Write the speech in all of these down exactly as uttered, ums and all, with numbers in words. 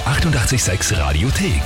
achtundachtzig Komma sechs Radiothek.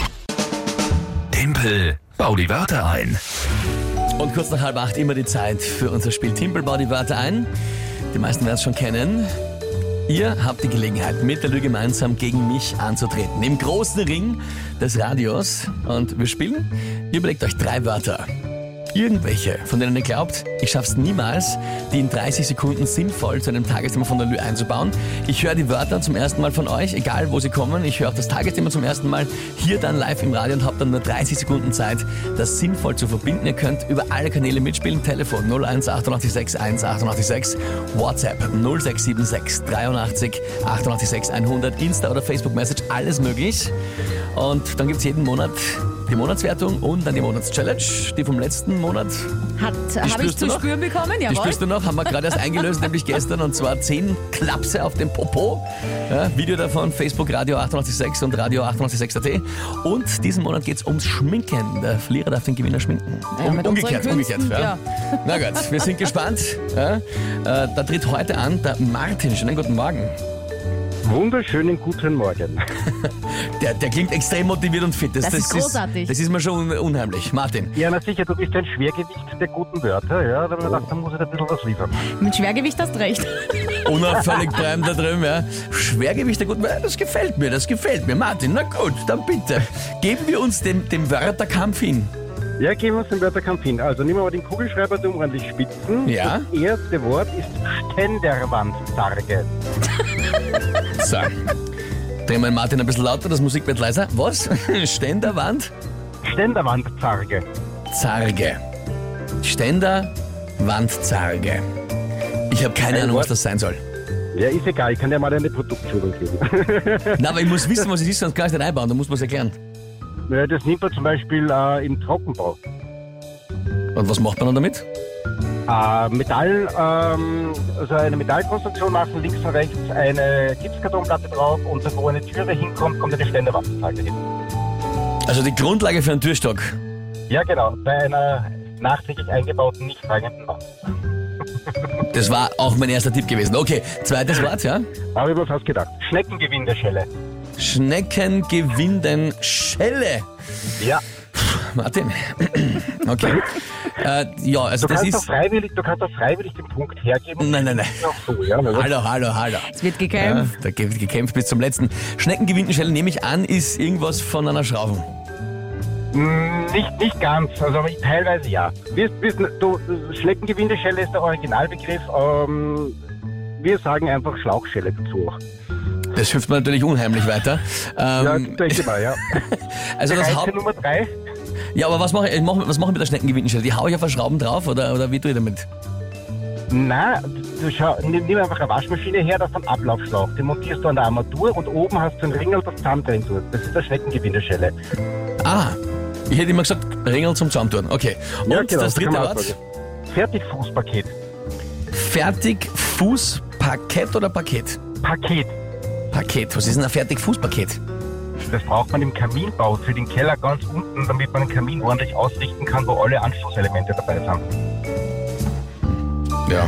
Tempel, bau die Wörter ein. Und kurz nach halb acht immer die Zeit für unser Spiel Timpel, bau die Wörter ein. Die meisten werden es schon kennen. Ihr habt die Gelegenheit, mit der Lü gemeinsam gegen mich anzutreten. Im großen Ring des Radios. Und wir spielen. Ihr überlegt euch drei Wörter. Irgendwelche, von denen ihr glaubt, ich schaff's niemals, die in dreißig Sekunden sinnvoll zu einem Tagesthema von der Lü einzubauen. Ich höre die Wörter zum ersten Mal von euch, egal wo sie kommen. Ich höre auch das Tagesthema zum ersten Mal hier dann live im Radio und habe dann nur dreißig Sekunden Zeit, das sinnvoll zu verbinden. Ihr könnt über alle Kanäle mitspielen. Telefon null eins achtundachtzig sechs eins achtundachtzig sechs, WhatsApp null sechs sieben sechs dreiundachtzig achtundachtzig sechs hundert, Insta oder Facebook Message, alles möglich. Und dann gibt's jeden Monat die Monatswertung und dann die Monatschallenge, die vom letzten Monat. Habe ich zu noch? spüren bekommen, jawohl. Die spürst du noch, haben wir gerade erst eingelöst, nämlich gestern, und zwar zehn Klapse auf dem Popo. Ja, Video davon, Facebook, Radio achtundachtzig Komma sechs und Radio achtundachtzig Komma sechs Punkt at. Und diesen Monat geht es ums Schminken. Der Verlierer darf den Gewinner schminken. Ja, um, umgekehrt, umgekehrt. Ja. Ja. Na gut, wir sind gespannt. Ja, äh, da tritt heute an der Martin. Schönen guten Morgen. Wunderschönen guten Morgen. Der, der klingt extrem motiviert und fit. Das ist großartig. Ist, das ist mir schon un- unheimlich. Martin. Ja, na sicher, du bist ein Schwergewicht der guten Wörter. Ja, da habe ich gedacht, da muss ich da ein bisschen was liefern. Mit Schwergewicht hast du recht. Unauffällig bleiben da drüben, ja. Schwergewicht der guten Wörter, das gefällt mir, das gefällt mir. Martin, na gut, dann bitte. Geben wir uns dem, dem Wörterkampf hin. Ja, geben wir uns den Wörterkampf hin. Also nehmen wir mal den Kugelschreiber, den ordentlich spitzen. Ja. Das erste Wort ist Ständerwandzarge. So. Drehen wir den Martin ein bisschen lauter, das Musik wird leiser. Was? Ständerwand? Ständerwandzarge. Zarge. Ständerwandzarge. Ich habe keine Ein Ahnung, Wort. was das sein soll. Ja, ist egal, ich kann dir mal eine Produktschulung geben. Na, aber ich muss wissen, was es ist, sonst kann ich nicht einbauen, da muss man es erklären. Ja, das nimmt man zum Beispiel äh, im Trockenbau. Und was macht man dann damit? Äh, Metall, ähm, also eine Metallkonstruktion machen, links und rechts eine Gipskartonplatte drauf und dann, wo eine Türe hinkommt, kommt eine Ständerwandzarge hin. Also die Grundlage für einen Türstock. Ja, genau, bei einer nachträglich eingebauten, nicht tragenden Wand. Das war auch mein erster Tipp gewesen. Okay, zweites Wort, ja? Habe ich mir fast gedacht. Schneckengewindeschelle. Schneckengewinden-Schelle. Ja. Martin. Okay. Äh, ja, also Du das kannst, doch ist... freiwillig, du kannst doch freiwillig den Punkt hergeben. Nein, nein, nein. Auch so, ja, also Hallo, hallo, hallo. Es wird Ja, gekämpft. da wird gekämpft bis zum letzten. Schneckengewinden-Schelle, nehme ich an, ist irgendwas von einer Schraube. mh, nicht, nicht ganz, also aber teilweise ja. Wirst, wirst, du, Schneckengewindeschelle ist der Originalbegriff. Ähm, wir sagen einfach Schlauchschelle dazu. Das hilft mir natürlich unheimlich weiter. Ja, Ähm, denke mal, ja. also das Reise Haupt... Nummer drei. Ja, aber was mache ich, mach, was mache ich mit der Schneckengewinnenschelle? Die hau ich auf eine Schrauben drauf oder, oder wie tue ich damit? Nein, du schau, nimm, nimm einfach eine Waschmaschine her, da ist ein Ablaufschlauch. Den montierst du an der Armatur und oben hast du einen Ringel, das zusammendrehen tut. Das ist der Schneckengewinndeschelle. Ah, ich hätte immer gesagt, Ringel zum Zusammentun. Okay. Und Ja, genau, das dritte kann man auch Wort? sagen. Fertigfußpaket. Fertigfußpaket oder Paket? Paket. Paket. Was ist denn ein Fertigfußpaket? Das braucht man im Kaminbau für den Keller ganz unten, damit man den Kamin ordentlich ausrichten kann, wo alle Anschlusselemente dabei sind. Ja.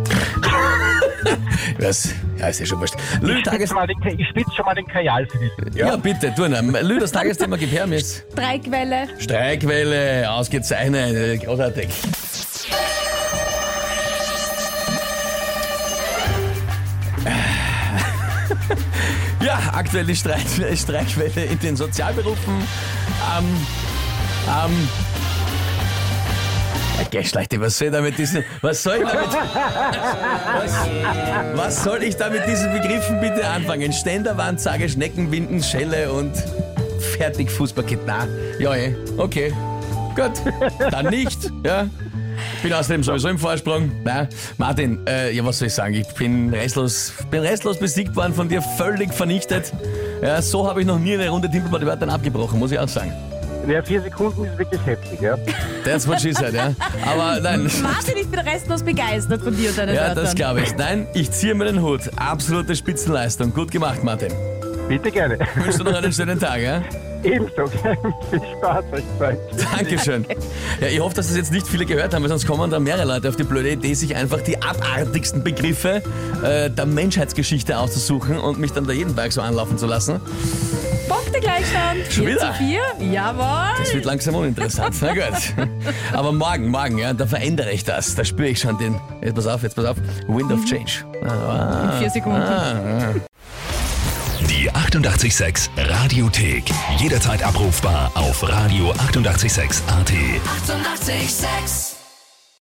das, ja, ist ja schon wurscht. Lü, Ich Tages... spitze mal den, ich spitze schon mal den Kajal für dich. Ja, bitte, tu ne. Lü, das Tagesthema gib her, Miss. Streikwelle. Streikwelle, ausgezeichnet, großartig. Ja, aktuell die Streik, Streikwelle in den Sozialberufen. Ähm, ähm, okay, Schlechte, was soll ich da mit diesen, was soll ich da mit, was, was soll ich da mit diesen Begriffen bitte anfangen? Ständerwandzarge, Schneckenwinden, Schelle und Fertigfußpaket. Na, ja, eh, okay, gut, dann nicht, ja. Bin außerdem sowieso im Vorsprung. Na, Martin, äh, ja, was soll ich sagen? Ich bin restlos, bin restlos besiegt worden, von dir völlig vernichtet. Ja, so habe ich noch nie eine Runde Timpel bei den Wörtern abgebrochen, muss ich auch sagen. Ja, vier Sekunden ist wirklich heftig, ja. That's what she said, ja. Aber nein. Martin, ich bin restlos begeistert von dir und deinen Ja, Wörtern. das glaube ich. Nein, ich ziehe mir den Hut. Absolute Spitzenleistung. Gut gemacht, Martin. Bitte gerne. Ich wünsche dir noch einen schönen Tag, ja? Ebenso. Viel Spaß euch Zeit. Dankeschön. Ja, ich hoffe, dass das jetzt nicht viele gehört haben, weil sonst kommen da mehrere Leute auf die blöde Idee, sich einfach die abartigsten Begriffe äh, der Menschheitsgeschichte auszusuchen und mich dann da jeden Tag so anlaufen zu lassen. Punktegleichstand. Schon vier wieder? zu vier. Jawohl. Das wird langsam uninteressant. Na gut. Aber morgen, morgen, ja, da verändere ich das. Da spüre ich schon den, jetzt pass auf, jetzt pass auf, Wind of Change. Ah, In vier Sekunden. ah, ah. Die achtundachtzig Komma sechs Radiothek. Jederzeit abrufbar auf radio achtundachtzig Komma sechs Punkt a t. Eighty-eight point six